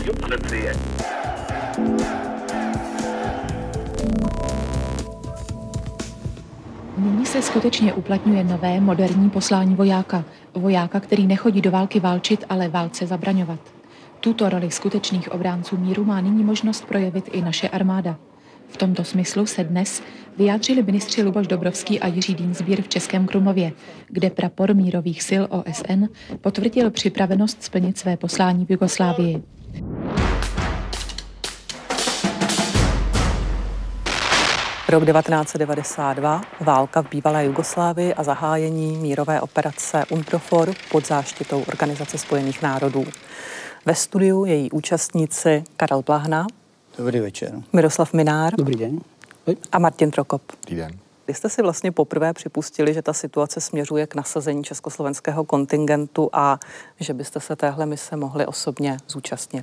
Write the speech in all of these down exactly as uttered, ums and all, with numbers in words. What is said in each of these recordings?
demokracie. Nyní se skutečně uplatňuje nové, moderní poslání vojáka. Vojáka, který nechodí do války válčit, ale válce zabraňovat. Tuto roli skutečných obránců míru má nyní možnost projevit i naše armáda. V tomto smyslu se dnes vyjádřili ministři Luboš Dobrovský a Jiří Dienstbier v Českém Krumlově, kde prapor mírových sil O S N potvrdil připravenost splnit své poslání v Jugoslávii. Rok devatenáct set devadesát dva, válka v bývalé Jugoslávii a zahájení mírové operace UNPROFOR pod záštitou Organizace spojených národů. Ve studiu její účastníci Karel Plahna. Dobrý večer. Miroslav Minár. Dobrý den. A Martin Prokop. Dobrý den. Vy jste si vlastně poprvé připustili, že ta situace směřuje k nasazení československého kontingentu a že byste se téhle mise mohli osobně zúčastnit.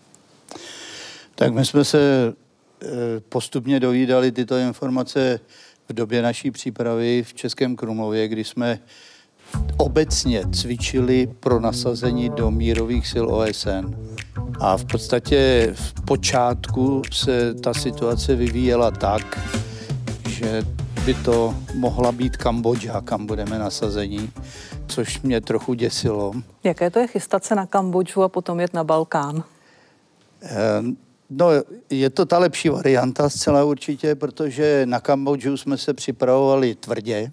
Tak my jsme se postupně dovídali tyto informace v době naší přípravy v Českém Krumlově, kdy jsme obecně cvičili pro nasazení do mírových sil O S N. A v podstatě v počátku se ta situace vyvíjela tak, že by to mohla být Kambodža, kam budeme nasazení, což mě trochu děsilo. Jaké to je chystat se na Kambodžu a potom jet na Balkán? Ehm, No, je to ta lepší varianta zcela určitě, protože na Kambodžu jsme se připravovali tvrdě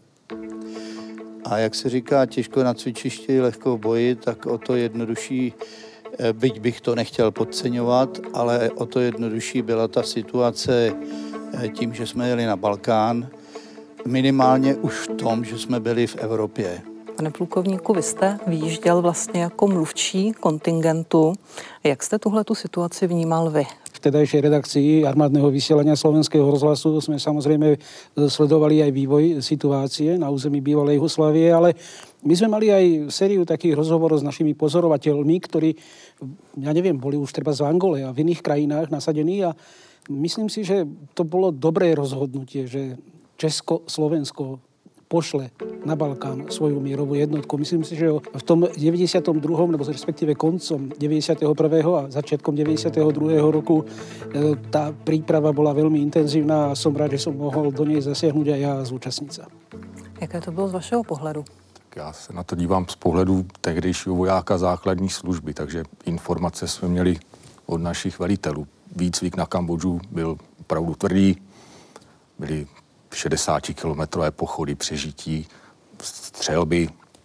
a jak se říká, těžko na cvičišti, lehko v boji, tak o to jednodušší, byť bych to nechtěl podceňovat, ale o to jednodušší byla ta situace tím, že jsme jeli na Balkán, minimálně už v tom, že jsme byli v Evropě. Pane plukovníku, vy jste vyjížděl vlastně jako mluvčí kontingentu. Jak jste tuhletu situaci vnímal vy? V tedajšej redakcii armádneho vysielania Slovenského rozhlasu sme samozrejme sledovali aj vývoj situácie na území bývalej Jugoslávie, ale my sme mali aj sériu takých rozhovorov s našimi pozorovateľmi, ktorí, ja neviem, boli už treba z Angole a v iných krajinách nasadení a myslím si, že to bolo dobré rozhodnutie, že Česko, Slovensko pošle na Balkán svoju mírovú jednotku. Myslím si, že v tom deväťdesiatom druhom nebo respektíve koncom deväťdesiateho prvého a začiatkom deväťdesiateho druhého roku tá príprava bola veľmi intenzívna a som rád, že som mohol do nej zasiahnuť aj ja a zúčastniť sa. Jaké to bylo z vašeho pohledu? Tak já se na to dívám z pohledu tehdejšího vojáka základní služby, takže informace jsme měli od našich velitelů. Výcvik na Kambodžu byl opravdu tvrdý, byli šedesátikilometrové pochody, přežití, střelby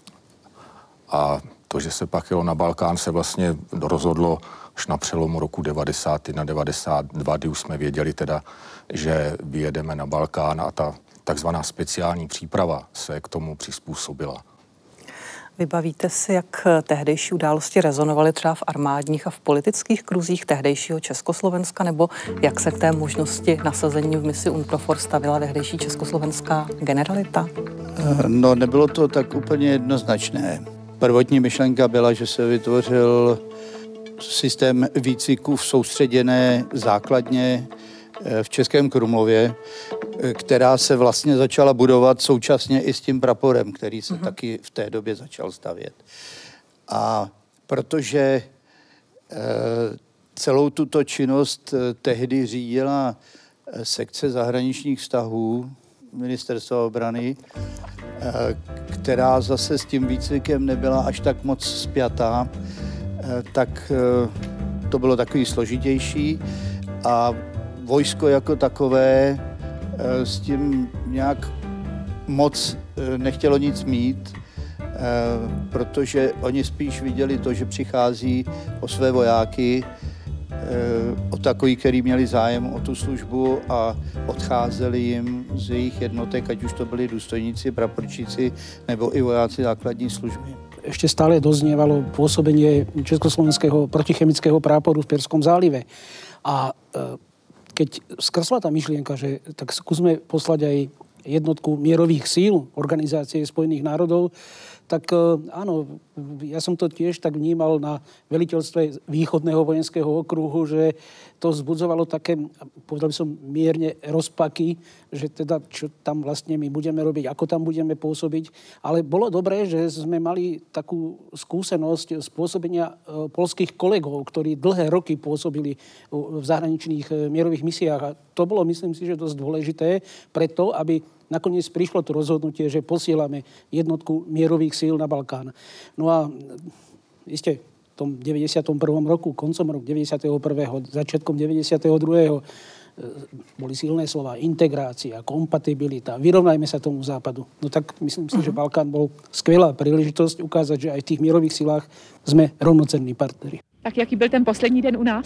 a to, že se pak jelo na Balkán, se vlastně rozhodlo až na přelomu roku devadesát jedna devadesát dva, kdy už jsme věděli teda, že vyjedeme na Balkán a ta takzvaná speciální příprava se k tomu přizpůsobila. Vybavíte si, jak tehdejší události rezonovaly třeba v armádních a v politických kruzích tehdejšího Československa, nebo jak se k té možnosti nasazení v misi UNPROFOR stavila tehdejší československá generalita? No, nebylo to tak úplně jednoznačné. Prvotní myšlenka byla, že se vytvořil systém výcviku v soustředěné základně v Českém Krumlově, která se vlastně začala budovat současně i s tím praporem, který se mm-hmm. taky v té době začal stavět. A protože e, celou tuto činnost tehdy řídila sekce zahraničních vztahů Ministerstva obrany, e, která zase s tím výcvikem nebyla až tak moc spjatá, e, tak e, to bylo takový složitější a vojsko jako takové s tím nějak moc nechtělo nic mít, protože oni spíš viděli to, že přichází o své vojáky, o takový, který měli zájem o tu službu a odcházeli jim z jejich jednotek, ať už to byli důstojníci, praporčíci nebo i vojáci základní služby. Ešte stále doznievalo pôsobenie československého protichemického práporu v Perskom zálive. A keď skrsla tá myšlienka, že tak skúsme poslať aj jednotku mierových síl Organizácie spojených národov, Tak áno, ja som to tiež tak vnímal na veliteľstve východného vojenského okruhu, že to vzbudzovalo také, povedal by som, mierne rozpaky, že teda čo tam vlastne my budeme robiť, ako tam budeme pôsobiť. Ale bolo dobré, že sme mali takú skúsenosť spôsobenia poľských kolegov, ktorí dlhé roky pôsobili v zahraničných mierových misiách. A to bolo, myslím si, že dosť dôležité preto, aby nakoniec prišlo to rozhodnutie, že posielame jednotku mierových síl na Balkán. No a iste v tom deväťdesiatom prvom roku, koncom roku deväťdesiateho prvého začiatkom deväťdesiateho druhého boli silné slova integrácia, kompatibilita, vyrovnajme sa tomu západu. No tak myslím si, uh-huh. že Balkán bol skvelá príležitosť ukázať, že aj v tých mierových silách sme rovnocenní partneri. Tak jaký byl ten poslední den u nás?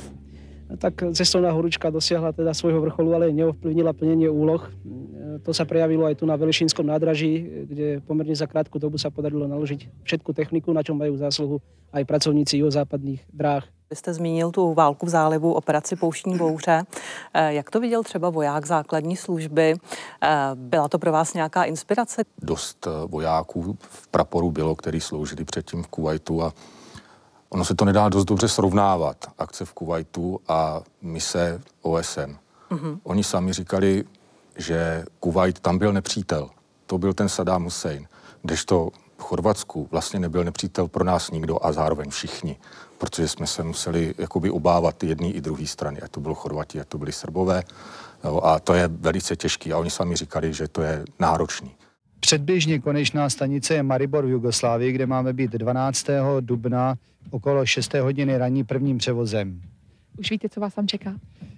Tak cestovná horúčka dosiahla teda svojho vrcholu, ale neovplyvnila plnenie úloh. To sa prejavilo aj tu na Velešínskom nádraží, kde pomerne za krátku dobu sa podarilo naložiť všetku techniku, na čom majú zásluhu aj pracovníci jihozápadních dráh. Vy jste zmínil tu válku v zálivu, operaci Pouštní bouře. Jak to viděl třeba voják základní služby? Byla to pro vás nějaká inspirace? Dost vojáků v praporu bylo, který sloužili předtím v Kuvajtu a ono se to nedá dost dobře srovnávat, akce v Kuvajtu a mise O S N. Mm-hmm. Oni sami říkali, že Kuvajt tam byl nepřítel. To byl ten Saddam Hussein. Kdežto v Chorvatsku vlastně nebyl nepřítel pro nás nikdo a zároveň všichni. Protože jsme se museli jakoby obávat jedné i druhé strany. Ať to bylo Chorvati, ať to byli Srbové. Jo, a to je velice těžký. A oni sami říkali, že to je náročný. Předběžně konečná stanice je Maribor v Jugoslávii, kde máme být dvanáctého dubna okolo šesté hodiny ranní prvním převozem. Už víte, co vás tam čeká?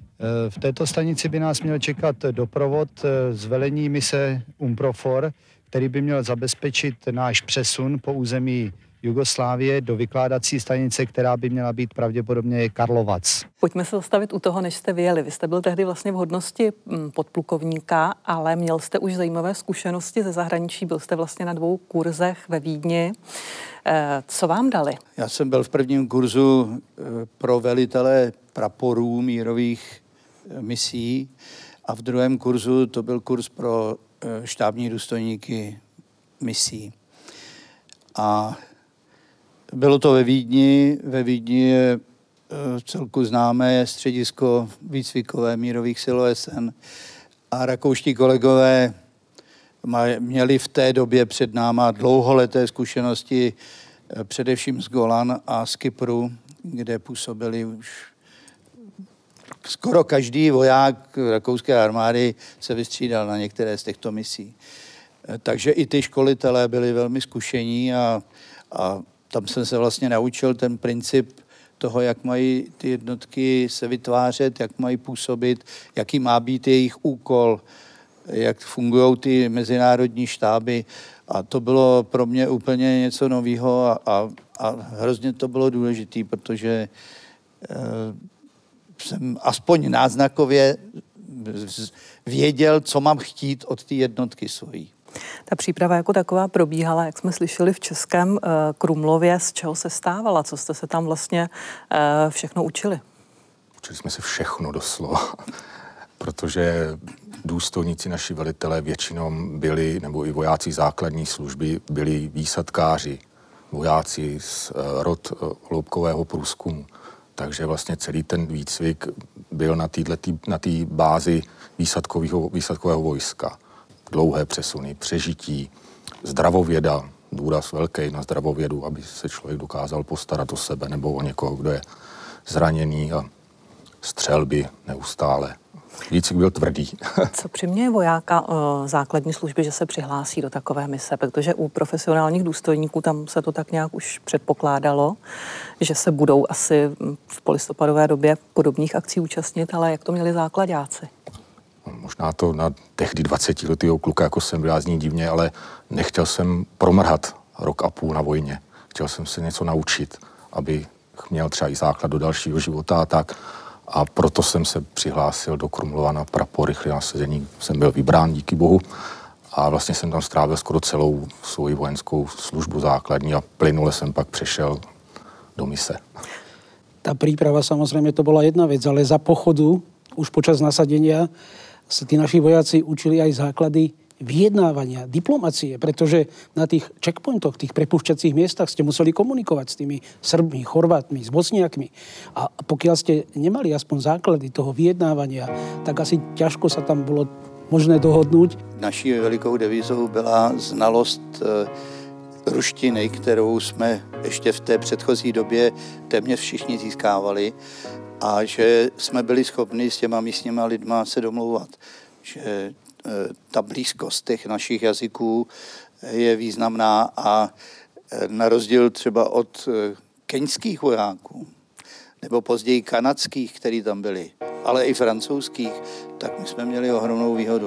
V této stanici by nás měl čekat doprovod z velení mise UNPROFOR, který by měl zabezpečit náš přesun po území Jugoslávie do vykládací stanice, která by měla být pravděpodobně Karlovac. Pojďme se zastavit u toho, než jste vyjeli. Vy jste byl tehdy vlastně v hodnosti podplukovníka, ale měl jste už zajímavé zkušenosti ze zahraničí. Byl jste vlastně na dvou kurzech ve Vídni. Co vám dali? Já jsem byl v prvním kurzu pro velitele praporů mírových misí a v druhém kurzu to byl kurz pro štábní důstojníky misí. A bylo to ve Vídni. Ve Vídni je celku známé středisko výcvikové mírových sil O S N a rakouští kolegové měli v té době před náma dlouholeté zkušenosti především z Golan a z Kypru, kde působili už skoro každý voják rakouské armády se vystřídal na některé z těchto misí. Takže i ty školitelé byli velmi zkušení a, a tam jsem se vlastně naučil ten princip toho, jak mají ty jednotky se vytvářet, jak mají působit, jaký má být jejich úkol, jak fungují ty mezinárodní štáby. A to bylo pro mě úplně něco nového a, a, a hrozně to bylo důležité, protože eh, jsem aspoň náznakově věděl, co mám chtít od té jednotky svojí. Ta příprava jako taková probíhala, jak jsme slyšeli v Českém Krumlově, z čeho se stávala? Co jste se tam vlastně všechno učili? Učili jsme se všechno doslova, protože důstojníci, naši velitelé většinou byli, nebo i vojáci základní služby, byli výsadkáři, vojáci z rod hloubkového průzkumu. Takže vlastně celý ten výcvik byl na této na té bázi výsadkového, výsadkového vojska. Dlouhé přesuny, přežití, zdravověda, důraz velký na zdravovědu, aby se člověk dokázal postarat o sebe nebo o někoho, kdo je zraněný, a střelby neustále. Výcvik byl tvrdý. Co přiměje vojáka o, základní služby, že se přihlásí do takové mise? Protože u profesionálních důstojníků tam se to tak nějak už předpokládalo, že se budou asi v polistopadové době podobných akcí účastnit, ale jak to měli základáci? Možná to na tehdy dvacetiletého kluka, jako jsem byl, zní divně, ale nechtěl jsem promrhat rok a půl na vojně. Chtěl jsem se něco naučit, abych měl třeba i základ do dalšího života a tak. A proto jsem se přihlásil do Krumlova na prapor rychlé nasazení. Jsem byl vybrán, díky bohu. A vlastně jsem tam strávil skoro celou svoji vojenskou službu základní a plynule jsem pak přešel do mise. Ta príprava, samozrejme, to bola jedna vec, ale za pochodu, už počas nasadenia, sa tí naši vojaci učili aj základy vyjednávania, diplomacie, pretože na tých checkpointoch, tých prepúšťacích miestach ste museli komunikovať s tými Srbmi, Chorvátmi, s Bosniakmi. A pokiaľ ste nemali aspoň základy toho vyjednávania, tak asi ťažko sa tam bolo možné dohodnúť. Naší velikou devizou byla znalost ruštiny, kterou jsme ještě v té předchozí době téměř všichni získávali a že jsme byli schopni s těma místníma lidma se domlouvat, že ta blízkost těch našich jazyků je významná a na rozdíl třeba od keňských vojáků nebo později kanadských, který tam byli, ale i francouzských, tak my jsme měli ohromnou výhodu.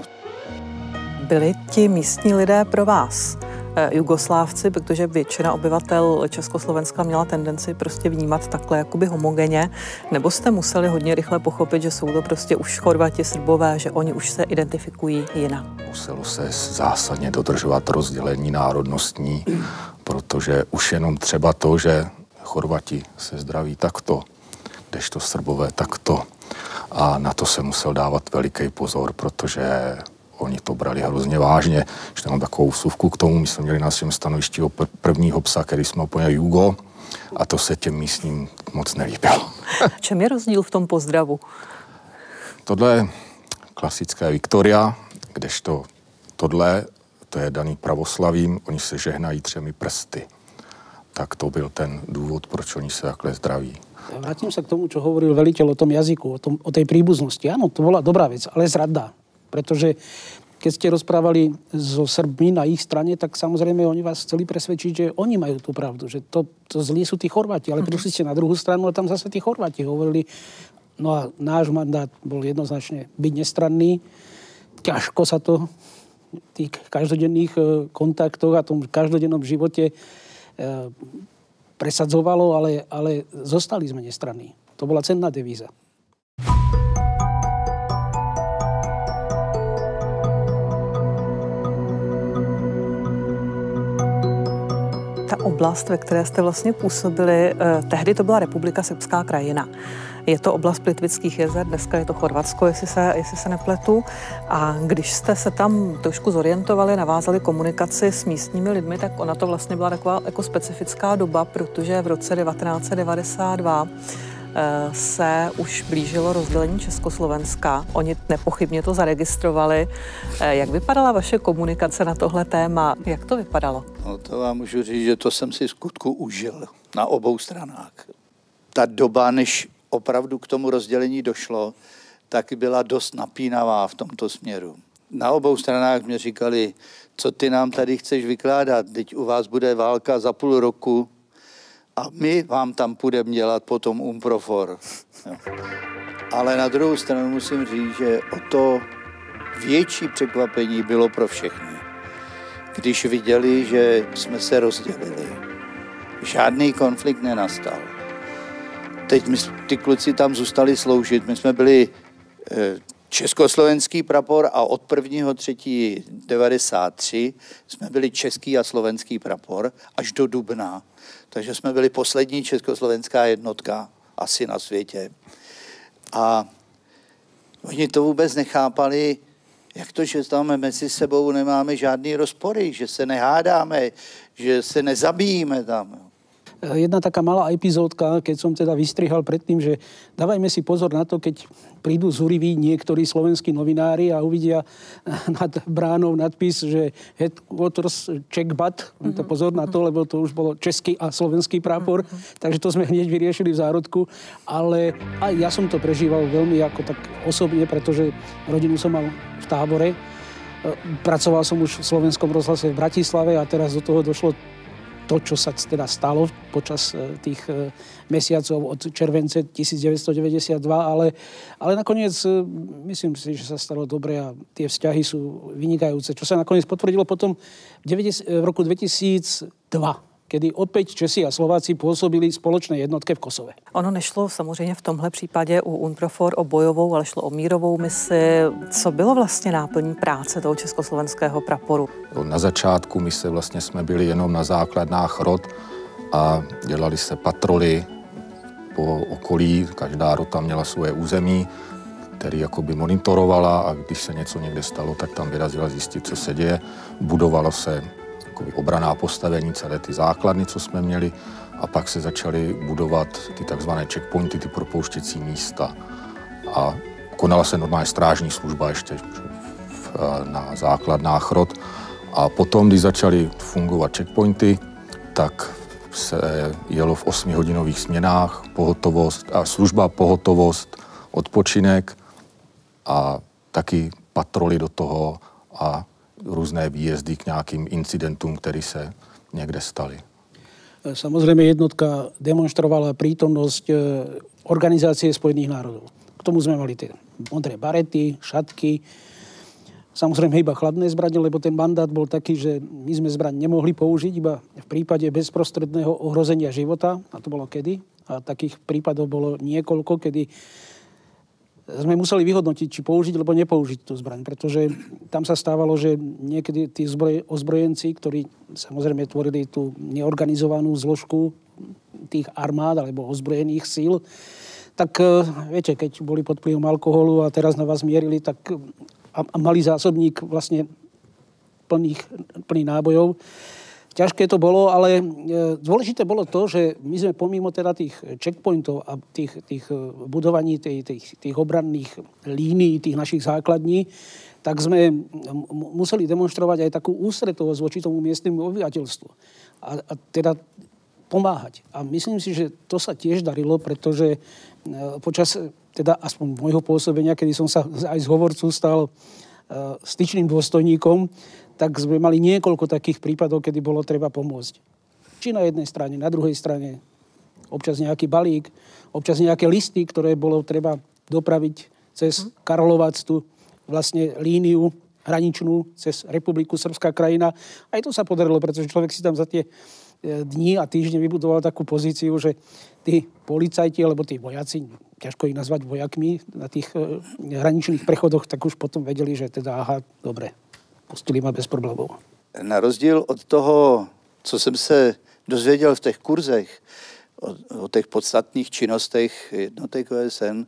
Byli ti místní lidé pro vás Jugoslávci, protože většina obyvatel Československa měla tendenci prostě vnímat takhle jakoby homogenně, nebo jste museli hodně rychle pochopit, že jsou to prostě už Chorvati, Srbové, že oni už se identifikují jinak? Muselo se zásadně dodržovat rozdělení národnostní, protože už jenom třeba to, že Chorvati se zdraví takto, kdežto Srbové takto. A na to se musel dávat veliký pozor, protože oni to brali hrozně vážně. Ještě mám takovou vsuvku k tomu, my jsme měli na svém stanovišti prvního psa, který jsme opojili Jugo, a to se těm místním moc nelíbilo. Čem je rozdíl v tom pozdravu? Tohle je klasické Viktoria, kdežto tohle, to je daný pravoslavím, oni se žehnají třemi prsty. Tak to byl ten důvod, proč oni se takhle zdraví. Vrátim sa k tomu, čo hovoril veliteľ o tom jazyku, o, tom, o tej príbuznosti. Áno, to bola dobrá vec, ale zradná. Pretože keď ste rozprávali so Srbmi na ich strane, tak samozrejme oni vás chceli presvedčiť, že oni majú tú pravdu, že to, to zlí sú tí Chorváti, ale prišli ste na druhú stranu a tam zase tí Chorváti hovorili, no a náš mandát bol jednoznačne byť nestranný. Ťažko sa to v tých každodenných kontaktoch a tom každodennom živote presadzovalo, ale, ale zostali sme nestranní. To bola cenná devíza. Ta oblast, ve které jste vlastně působili, eh, tehdy to byla Republika Srbská krajina. Je to oblast Plitvických jezer, dneska je to Chorvatsko, jestli se, jestli se nepletu. A když jste se tam trošku zorientovali, navázali komunikaci s místními lidmi, tak ona to vlastně byla taková jako specifická doba, protože v roce devatenáct set devadesát dva se už blížilo rozdělení Československa. Oni nepochybně to zaregistrovali. Jak vypadala vaše komunikace na tohle téma? Jak to vypadalo? No to vám můžu říct, že to jsem si skutku užil na obou stranách. Ta doba, než opravdu k tomu rozdělení došlo, tak byla dost napínavá v tomto směru. Na obou stranách mě říkali, co ty nám tady chceš vykládat, teď u vás bude válka za půl roku, a my vám tam půjdeme dělat potom UNPROFOR. Jo. Ale na druhou stranu musím říct, že o to větší překvapení bylo pro všechny. Když viděli, že jsme se rozdělili. Žádný konflikt nenastal. Teď my, ty kluci tam zůstali sloužit. My jsme byli e, československý prapor a od prvního třetího devadesát tři jsme byli český a slovenský prapor až do dubna. Takže jsme byli poslední československá jednotka asi na světě. A oni to vůbec nechápali, jak to, že tam mezi sebou nemáme žádný rozpory, že se nehádáme, že se nezabíjíme tam. Jedna taká malá epizódka, keď som teda vystrihal predtým, že dávajme si pozor na to, keď prídu zúriví niektorí slovenskí novinári a uvidia nad bránou nadpis, že Headquarters Czechbat, mm-hmm. to pozor na to, lebo to už bolo český a slovenský prápor, mm-hmm. takže to sme hneď vyriešili v zárodku, ale aj ja som to prežíval veľmi ako tak osobne, pretože rodinu som mal v tábore. Pracoval som už v Slovenskom rozhlase v Bratislave a teraz do toho došlo to, čo sa teda stalo počas tých mesiacov od července devätnásťstodeväťdesiatdva, ale, ale nakoniec myslím si, že sa stalo dobre a tie vzťahy sú vynikajúce, čo sa nakoniec potvrdilo potom v roku dvetisícdva, kedy opäť Česi a Slováci pôsobili spoločné jednotke v Kosove. Ono nešlo samozřejmě v tomhle případě u UNPROFOR o bojovou, ale šlo o mírovou misi. Co bylo vlastně náplní práce toho československého praporu? Na začátku mise vlastně jsme byli jenom na základnách rot a dělali se patroly po okolí. Každá rota měla svoje území. který jakoby monitorovala a když se něco někde stalo, tak tam vyrazila zjistit, co se děje. Budovalo se jakoby obraná postavení, celé ty základny, co jsme měli, a pak se začaly budovat ty takzvané checkpointy, ty propouštěcí místa. A konala se normálně strážní služba ještě na základnách Rod. A potom, když začaly fungovat checkpointy, tak se jelo v osmihodinových směnách, pohotovost a služba, pohotovost, odpočinek a taky patroly do toho a různé výjezdy k nějakým incidentům, které se někde staly. Samozrejme jednotka demonstrovala prítomnosť Organizácie spojených národov. K tomu sme mali tie modré barety, šatky, samozrejme iba chladné zbrane, lebo ten mandát bol taký, že my sme zbraň nemohli použiť iba v prípade bezprostredného ohrozenia života, a to bolo kedy. A takých prípadov bolo niekoľko, kedy sme museli vyhodnotiť, či použiť, alebo nepoužiť tú zbraň, pretože tam sa stávalo, že niekedy tí zbroj, ozbrojenci, ktorí samozrejme tvorili tú neorganizovanú zložku tých armád alebo ozbrojených síl, tak viete, keď boli pod vplyvom alkoholu a teraz na vás mierili, tak a, a mali zásobník vlastne plných, plný nábojov. Ťažké to bolo, ale dôležité bolo to, že my sme pomimo teda tých checkpointov a tých, tých budovaní tých, tých, tých obranných línií, tých našich základní, tak sme museli demonstrovať aj takú ústretovosť voči tomu miestnemu obyvateľstvu. A, a teda pomáhať. A myslím si, že to sa tiež darilo, pretože počas, teda aspoň môjho pôsobenia, kedy som sa aj z hovorcu stal styčným dôstojníkom, tak sme mali niekoľko takých prípadov, kedy bolo treba pomôcť. Či na jednej strane, na druhej strane. Občas nejaký balík, občas nejaké listy, ktoré bolo treba dopraviť cez Karlovac, tú vlastne líniu hraničnú cez Republiku Srbská krajina. Aj to sa podarilo, pretože človek si tam za tie dní a týždne vybudoval takú pozíciu, že tí policajti alebo tí vojaci, ťažko ich nazvať vojakmi na tých hraničných prechodoch, tak už potom vedeli, že teda aha, dobre, pustili ma bez problémů. Na rozdíl od toho, co jsem se dozvěděl v těch kurzech, o, o těch podstatných činnostech jednotek O S N,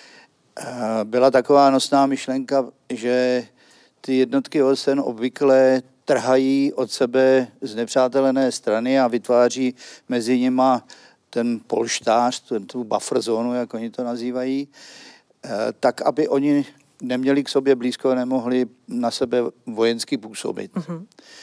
byla taková nosná myšlenka, že ty jednotky O S N obvykle trhají od sebe znepřátelené strany a vytváří mezi nima ten polštář, tu buffer zónu, jak oni to nazývají, tak, aby oni neměli k sobě blízko, nemohli na sebe vojensky působit. Mm-hmm.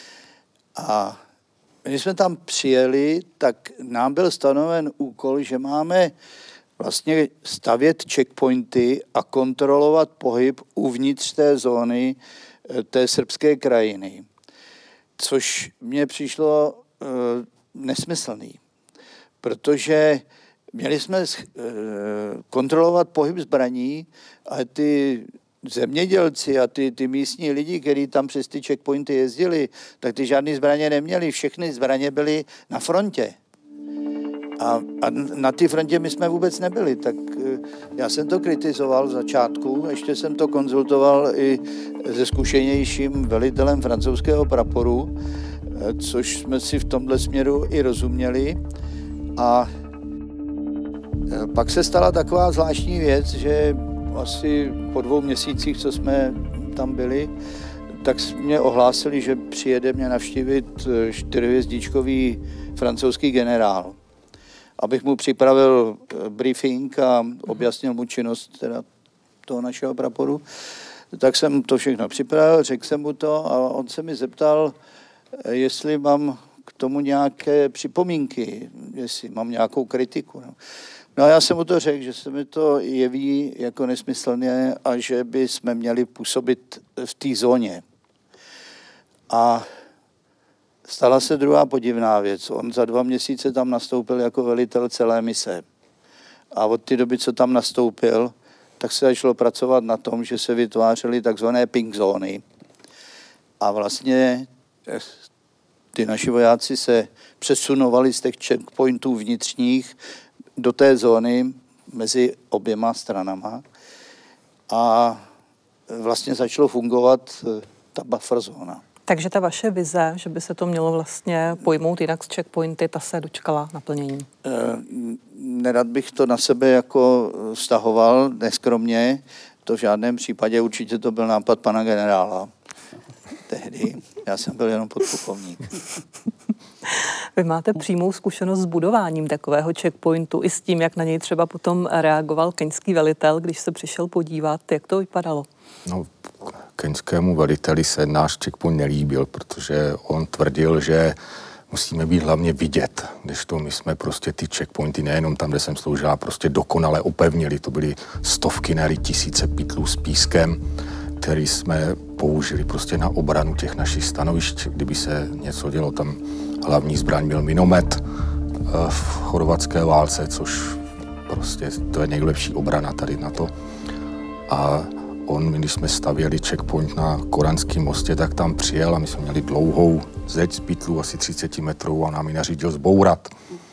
A když jsme tam přijeli, tak nám byl stanoven úkol, že máme vlastně stavět checkpointy a kontrolovat pohyb uvnitř té zóny té srbské krajiny. Což mně přišlo e, nesmyslný, protože měli jsme e, kontrolovat pohyb zbraní, a ty zemědělci a ty, ty místní lidi, kteří tam přes ty checkpointy jezdili, tak ty žádné zbraně neměli. Všechny zbraně byly na frontě. A, a na té frontě my jsme vůbec nebyli. Tak já jsem to kritizoval v začátku, ještě jsem to konzultoval i se zkušenějším velitelem francouzského praporu, což jsme si v tomhle směru i rozuměli. A pak se stala taková zvláštní věc, že asi po dvou měsících, co jsme tam byli, tak mě ohlásili, že přijede mě navštívit čtyřhvězdičkový francouzský generál. Abych mu připravil briefing a objasnil mu činnost teda toho našeho praporu, tak jsem to všechno připravil, řekl jsem mu to a on se mi zeptal, jestli mám k tomu nějaké připomínky, jestli mám nějakou kritiku. No. No a já jsem mu to řekl, že se mi to jeví jako nesmyslné a že by jsme měli působit v té zóně. A stala se druhá podivná věc. On za dva měsíce tam nastoupil jako velitel celé mise. A od té doby, co tam nastoupil, tak se začalo pracovat na tom, že se vytvářely takzvané pink zóny. A vlastně ty naši vojáci se přesunovali z těch checkpointů vnitřních do té zóny mezi oběma stranama a vlastně začalo fungovat ta buffer zóna. Takže ta vaše vize, že by se to mělo vlastně pojmout jinak z checkpointy, ta se dočkala naplnění? Nerad bych to na sebe jako vztahoval neskromně, To v žádném případě, určitě to byl nápad pana generála. Tehdy. Já jsem byl jenom podplukovník. Vy máte přímou zkušenost s budováním takového checkpointu i s tím, jak na něj třeba potom reagoval keňský velitel, když se přišel podívat, jak to vypadalo? No, keňskému veliteli se náš checkpoint nelíbil, protože on tvrdil, že musíme být hlavně vidět, kdežto my jsme prostě ty checkpointy nejenom tam, kde jsem sloužila, prostě dokonale opevnili. To byly stovky, ne tisíce pytlů s pískem, který jsme použili prostě na obranu těch našich stanovišť. Kdyby se něco dělo, tam hlavní zbraň byl minomet v chorvatské válce, což prostě to je nejlepší obrana tady na to. A on, když jsme stavěli checkpoint na Koranském mostě, tak tam přijel a my jsme měli dlouhou zeď z pytlů, asi třicet metrů, a nám ji nařídil zbourat.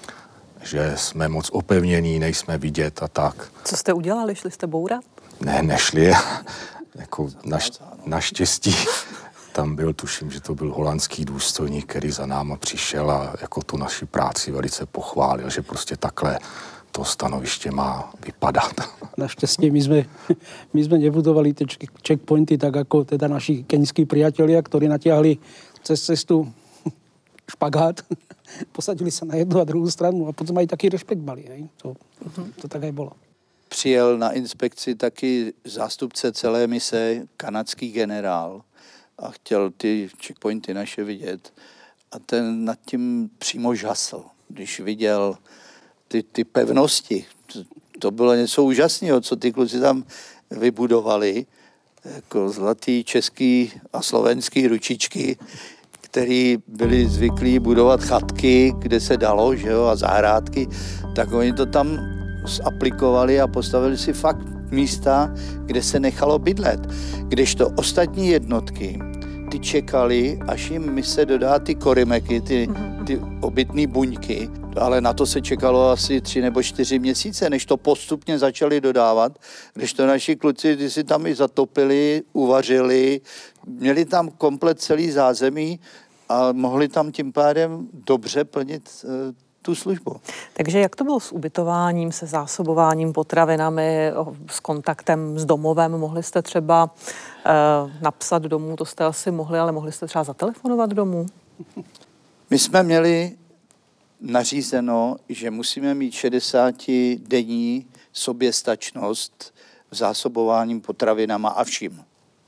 Že jsme moc opevnění, nejsme vidět a tak. Co jste udělali? Šli jste bourat? Ne, nešli. Jako naš, naštěstí tam byl, tuším, že to byl holandský důstojník, který za náma přišel a jako tu naši práci velice pochválil, že prostě takhle to stanoviště má vypadat. Naštěstí my jsme, my jsme nebudovali ty checkpointy tak jako teda naši keňskí priatelia, ktorí natiahli cez cestu špagát, posadili se na jednu a druhou stranu a potom aj taký rešpekt mali. Hej? To, to tak aj bolo. Přijel na inspekci taky zástupce celé mise, kanadský generál, a chtěl ty checkpointy naše vidět. A ten nad tím přímo žasl, když viděl ty, ty pevnosti. To, to bylo něco úžasného, co ty kluci tam vybudovali. Jako zlatý český a slovenský ručičky, který byli zvyklí budovat chatky, kde se dalo, že jo, a zahrádky, tak oni to tam zaplikovali a postavili si fakt místa, kde se nechalo bydlet. Kdežto ostatní jednotky, ty čekali, až jim mise dodá ty korimeky, ty, ty obytné buňky, ale na to se čekalo asi tři nebo čtyři měsíce, než to postupně začali dodávat, kdežto naši kluci, ty si tam i zatopili, uvařili, měli tam komplet celý zázemí a mohli tam tím pádem dobře plnit uh, tu službu. Takže jak to bylo s ubytováním, se zásobováním potravinami, s kontaktem s domovem? Mohli jste třeba eh, napsat domů, to jste asi mohli, ale mohli jste třeba zatelefonovat domů? My jsme měli nařízeno, že musíme mít šedesátidenní soběstačnost v zásobováním potravinama a vším.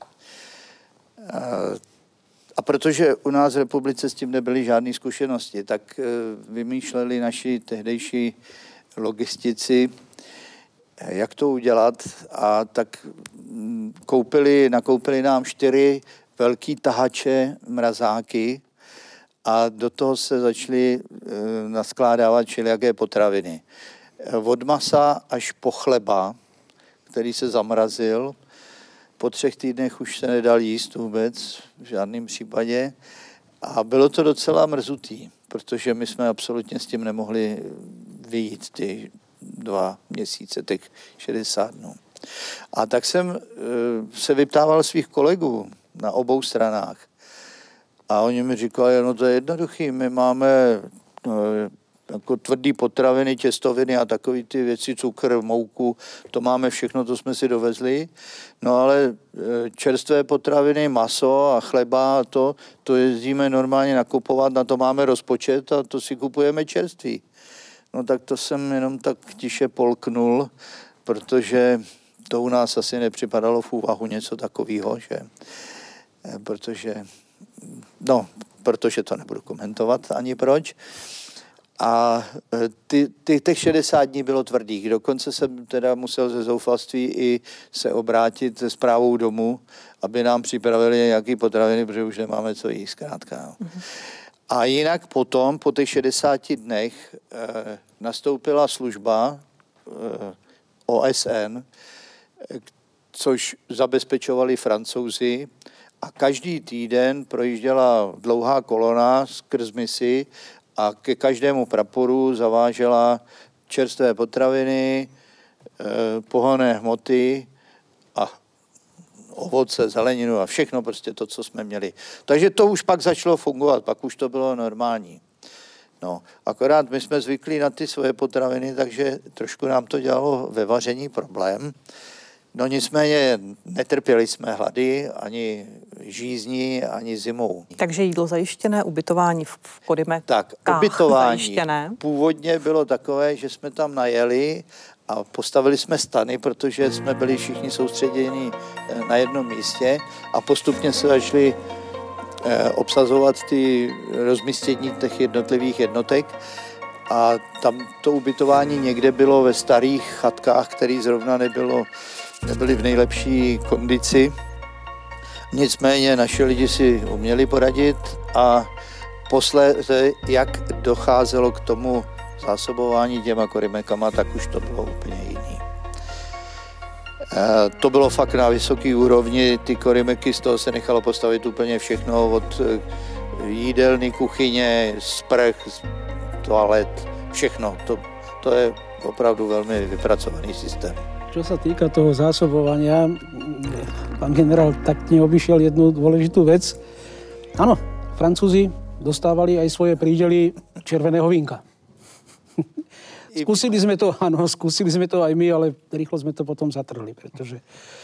Eh, A protože u nás v republice s tím nebyly žádné zkušenosti, tak vymýšleli naši tehdejší logistici, jak to udělat, a tak koupili, nakoupili nám čtyři velký tahače mrazáky a do toho se začaly naskládávat všelijaké potraviny. Od masa až po chleba, který se zamrazil. Po třech týdnech už se nedal jíst vůbec, v žádném případě. A bylo to docela mrzutý, protože my jsme absolutně s tím nemohli vyjít ty dva měsíce, těch šedesát dnů. A tak jsem se vyptával svých kolegů na obou stranách. A oni mi říkali, no to je jednoduchý, my máme no, jako tvrdý potraviny, těstoviny a takové ty věci, cukr, mouku, to máme všechno, to jsme si dovezli. No ale čerstvé potraviny, maso a chleba, a to, to jezdíme normálně nakupovat, na to máme rozpočet a to si kupujeme čerství. No tak to jsem jenom tak tiše polknul, protože to u nás asi nepřipadalo v úvahu něco takového, že? Protože, no, protože to nebudu komentovat ani proč. A ty, ty, těch šedesát dní bylo tvrdých. Dokonce jsem teda musel ze zoufalství i se obrátit se správou domů, aby nám připravili nějaké potraviny, protože už nemáme co jíst, zkrátka. No. Mm-hmm. A jinak potom, po těch šedesáti dnech, eh, nastoupila služba eh, O S N, eh, což zabezpečovali Francouzi, a každý týden projížděla dlouhá kolona skrz misi a ke každému praporu zavážela čerstvé potraviny, eh, pohonné hmoty a ovoce, zeleninu a všechno prostě to, co jsme měli. Takže to už pak začalo fungovat, pak už to bylo normální. No, akorát my jsme zvyklí na ty svoje potraviny, takže trošku nám to dělalo ve vaření problém. No nicméně netrpěli jsme hlady, ani žízní, ani zimou. Takže jídlo zajištěné, ubytování v Kodymekách Tak, ubytování zajištěné. Původně bylo takové, že jsme tam najeli a postavili jsme stany, protože jsme byli všichni soustředěni na jednom místě a postupně se začali obsazovat ty rozmístění těch jednotlivých jednotek. A tam to ubytování někde bylo ve starých chatkách, které zrovna nebylo, nebyly v nejlepší kondici. Nicméně naši lidi si uměli poradit a posléze, jak docházelo k tomu zásobování těma Kodymekama, tak už to bylo úplně jiný. E, to bylo fakt na vysoké úrovni, ty Kodymeky, z toho se nechalo postavit úplně všechno, od jídelny, kuchyně, sprch, toalet, všechno. To, to je opravdu velmi vypracovaný systém. Čo sa týka toho zásobovania, pán generál tak neobyšiel jednu dôležitú vec. Áno, Francúzi dostávali aj svoje prídely červeného vínka. Skúsili sme to, áno, skúsili sme to aj my, ale rýchlo sme to potom zatrhli, pretože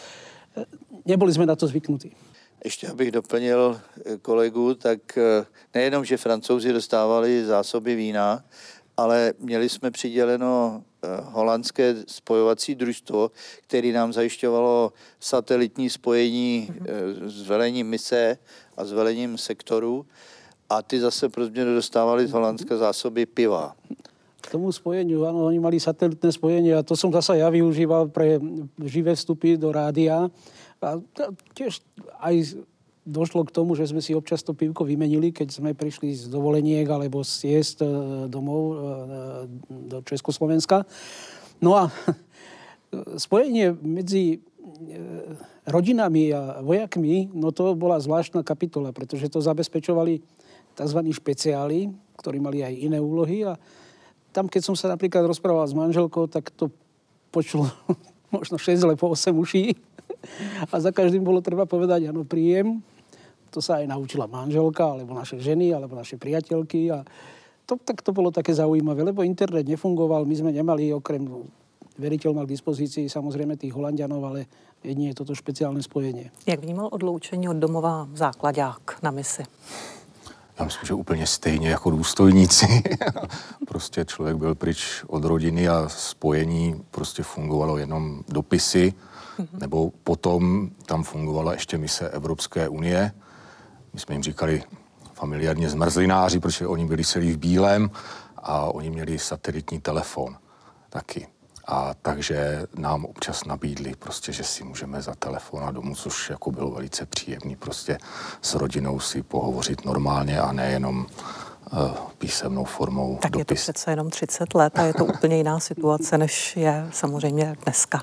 neboli sme na to zvyknutí. Ještě abych doplnil kolegu, tak nejenom, že Francouzi dostávali zásoby vína, ale měli jsme přiděleno holandské spojovací družstvo, které nám zajišťovalo satelitní spojení s velením mise a s velením sektoru a ty zase pro změnu dostávali z Holandska zásoby piva. K tomu spojeniu, áno, oni mali satelitné spojenie a to som zasa ja využíval pre živé vstupy do rádia. A tiež aj došlo k tomu, že sme si občas to pivko vymenili, keď sme prišli z dovoleniek alebo z ciest domov do Československa. No a spojenie medzi rodinami a vojakmi, no to bola zvláštna kapitola, pretože to zabezpečovali tzv. Špeciáli, ktorí mali aj iné úlohy a tam, keď som sa napríklad rozprával s manželkou, tak to počulo možno šesť alebo osem uší. A za každým bolo treba povedať, áno, príjem. To sa aj naučila manželka, alebo naše ženy, alebo naše priateľky. A to, tak to bolo také zaujímavé, lebo internet nefungoval. My sme nemali, okrem veriteľ mal k dispozícii samozrejme tých Holandianov, ale jedine je toto špeciálne spojenie. Jak vnímal odloučení od domova základák na misi? Já myslím, že úplně stejně jako důstojníci. Prostě člověk byl pryč od rodiny a spojení prostě fungovalo jenom dopisy, mm-hmm. nebo potom tam fungovala ještě mise Evropské unie. My jsme jim říkali familiárně zmrzlináři, protože oni byli celý v bílém a oni měli satelitní telefon taky. A takže nám občas nabídli prostě, že si můžeme zatelefonovat domů, což jako bylo velice příjemný prostě s rodinou si pohovořit normálně a nejenom uh, písemnou formou tak dopis. Tak je to přece jenom třicet let a je to úplně jiná situace, než je samozřejmě dneska.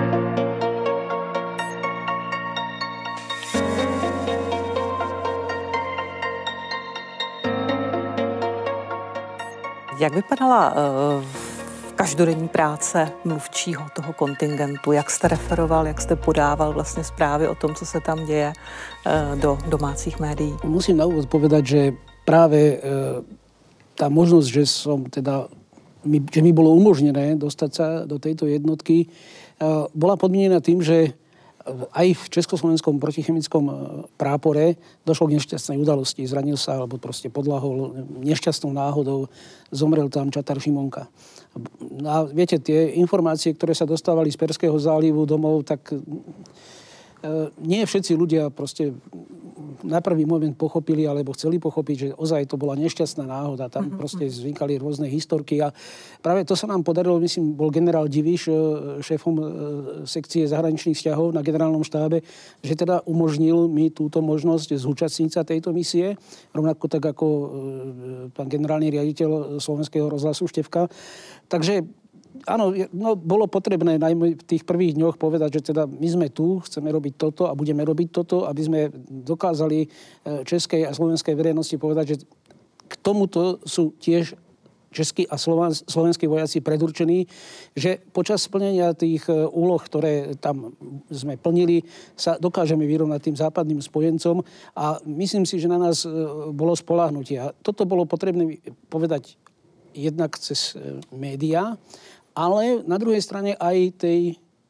Jak vypadala uh, každodenní práce mluvčího toho kontingentu? Jak jste referoval, jak jste podával vlastně zprávy o tom, co se tam děje do domácích médií? Musím na úvod povedať, že práve tá možnosť, že som teda, že mi bolo umožnené dostať sa do tejto jednotky, bola podmienená tým, že aj v československom protichemickom prápore došlo k nešťastnej udalosti. Zranil sa, alebo proste podľahol nešťastnou náhodou. Zomrel tam Čatar Šimonka. A viete, tie informácie, ktoré sa dostávali z Perského zálivu domov, tak nie všetci ľudia proste na prvý moment pochopili, alebo chceli pochopiť, že ozaj to bola nešťastná náhoda. Tam uh-huh. proste zvykali rôzne historky a práve to sa nám podarilo, myslím, bol generál Diviš, šéfom sekcie zahraničných vzťahov na generálnom štábe, že teda umožnil mi túto možnosť zúčastniť sa tejto misie, rovnako tak ako pán generálny riaditeľ Slovenského rozhlasu Štefka. Takže áno, no, bolo potrebné najmä v tých prvých dňoch povedať, že teda my sme tu, chceme robiť toto a budeme robiť toto, aby sme dokázali českej a slovenskej verejnosti povedať, že k tomuto sú tiež českí a slovenskí vojaci predurčení, že počas splnenia tých úloh, ktoré tam sme plnili, sa dokážeme vyrovnať tým západným spojencom a myslím si, že na nás bolo spoľahnutie. A toto bolo potrebné povedať jednak cez médiá, ale na druhej strane aj tej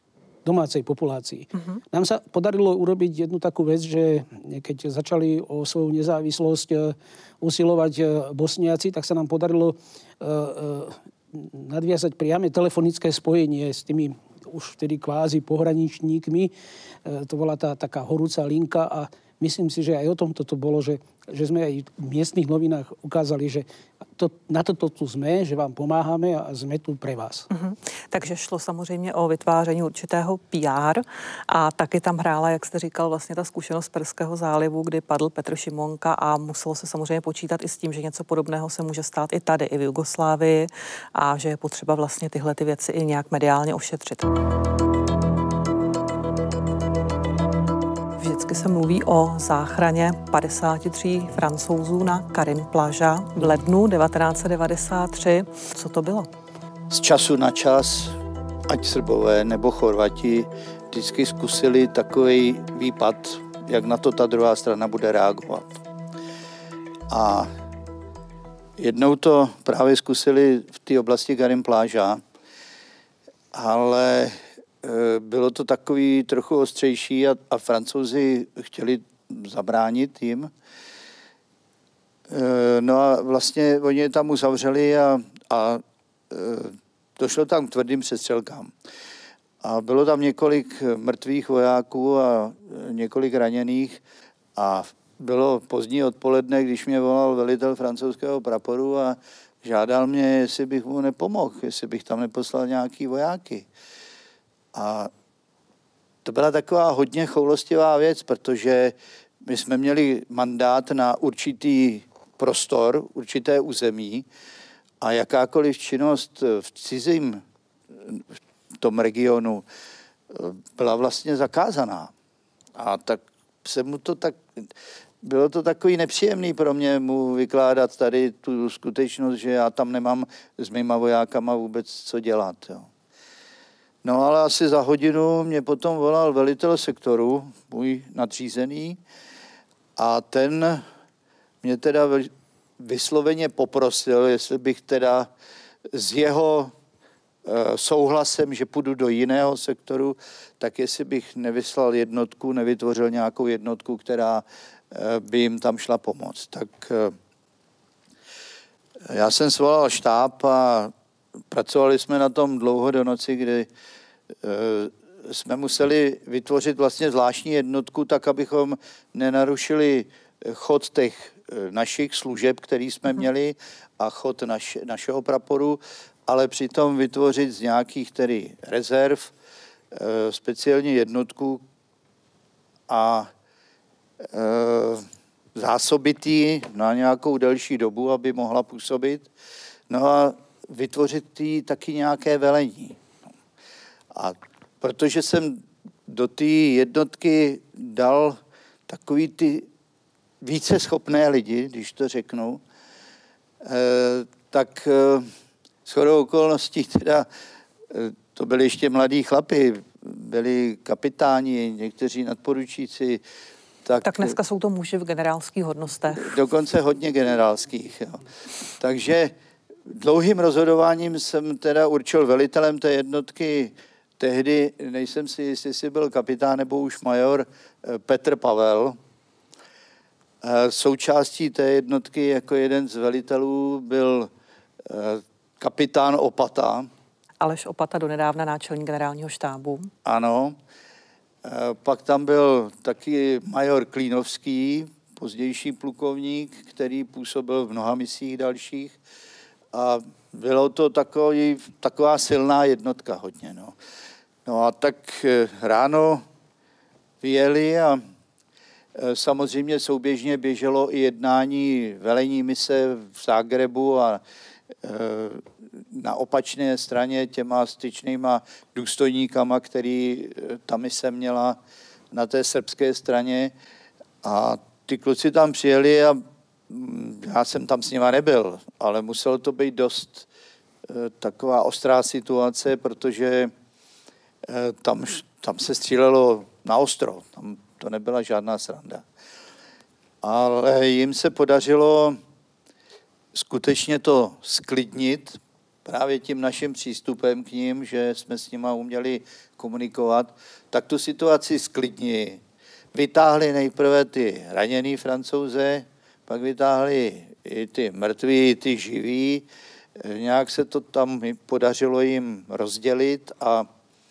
domácej populácii. Uh-huh. Nám sa podarilo urobiť jednu takú vec, že keď začali o svoju nezávislosť usilovať Bosniaci, tak sa nám podarilo uh, uh, nadviazať priame telefonické spojenie s tými už vtedy kvázi pohraničníkmi. E, to bola tá taká horúca linka a myslím si, že aj o tom toto bolo, že, že sme aj v miestnych novinách ukázali, že to, na toto tu sme, že vám pomáháme a sme tu pre vás. Uh-huh. Takže šlo samozřejmě o vytváření určitého P R a taky tam hrála, jak jste říkal, vlastně ta zkušenost z Perského zálivu, kdy padl Petr Šimonka a muselo se samozřejmě počítat i s tím, že něco podobného se může stát i tady, i v Jugoslávii a že je potřeba vlastně tyhle ty věci i nějak mediálně ošetřit. Vždycky se mluví o záchraně padesáti tří Francouzů na Karin Plaža v lednu devatenáct set devadesát tři. Co to bylo? Z času na čas, ať Srbové nebo Chorvati, vždycky zkusili takový výpad, jak na to ta druhá strana bude reagovat. A jednou to právě zkusili v té oblasti Karin Plaža, ale bylo to takový trochu ostřejší a, a Francouzi chtěli zabránit jim. No a vlastně oni je tam uzavřeli a, a došlo tam k tvrdým přestřelkám. A bylo tam několik mrtvých vojáků a několik raněných a bylo pozdní odpoledne, když mě volal velitel francouzského praporu a žádal mě, jestli bych mu nepomohl, jestli bych tam neposlal nějaký vojáky. A to byla taková hodně choulostivá věc, protože my jsme měli mandát na určitý prostor, určité území a jakákoliv činnost v cizím v tom regionu byla vlastně zakázaná. A tak se mu to tak, bylo to takový nepříjemný pro mě mu vykládat tady tu skutečnost, že já tam nemám s mýma vojákama vůbec co dělat. Jo. No ale asi za hodinu mě potom volal velitel sektoru, můj nadřízený, a ten mě teda vysloveně poprosil, jestli bych teda s jeho e, souhlasem, že půjdu do jiného sektoru, tak jestli bych nevyslal jednotku, nevytvořil nějakou jednotku, která e, by jim tam šla pomoct. Tak e, já jsem svolal štáb a pracovali jsme na tom dlouho do noci, kdy e, jsme museli vytvořit vlastně zvláštní jednotku, tak abychom nenarušili chod těch našich služeb, který jsme měli, a chod naš, našeho praporu, ale přitom vytvořit z nějakých tedy rezerv e, speciální jednotku a e, zásobit ji na nějakou delší dobu, aby mohla působit. No a vytvořit jí taky nějaké velení. A protože jsem do té jednotky dal takový ty více schopné lidi, když to řeknu, eh, tak eh, shodou okolností teda, eh, to byli ještě mladí chlapi, byli kapitáni, někteří nadporučíci. Tak, tak dneska jsou to muži v generálských hodnostech. Dokonce hodně generálských. Jo. Takže dlouhým rozhodováním jsem teda určil velitelem té jednotky, tehdy, nejsem si jistý, jestli byl kapitán nebo už major, Petr Pavel. Součástí té jednotky jako jeden z velitelů byl kapitán Opata. Aleš Opata, donedávna náčelník generálního štábu. Ano. Pak tam byl taky major Klínovský, pozdější plukovník, který působil v mnoha misích dalších. A bylo to takový, taková silná jednotka hodně. No. no a tak ráno vyjeli a samozřejmě souběžně běželo i jednání velení mise v Zágrebu a na opačné straně těma styčnýma důstojníkama, který ta mise měla na té srbské straně. A ty kluci tam přijeli a já jsem tam s nima nebyl, ale muselo to být dost taková ostrá situace, protože tam, tam se střílelo na ostro, tam to nebyla žádná sranda. Ale jim se podařilo skutečně to sklidnit, právě tím naším přístupem k ním, že jsme s nima uměli komunikovat, tak tu situaci sklidnili. Vytáhli nejprve ty raněný Francouze, pak vytáhli i ty mrtví, i ty živí. Nějak se to tam podařilo jim rozdělit a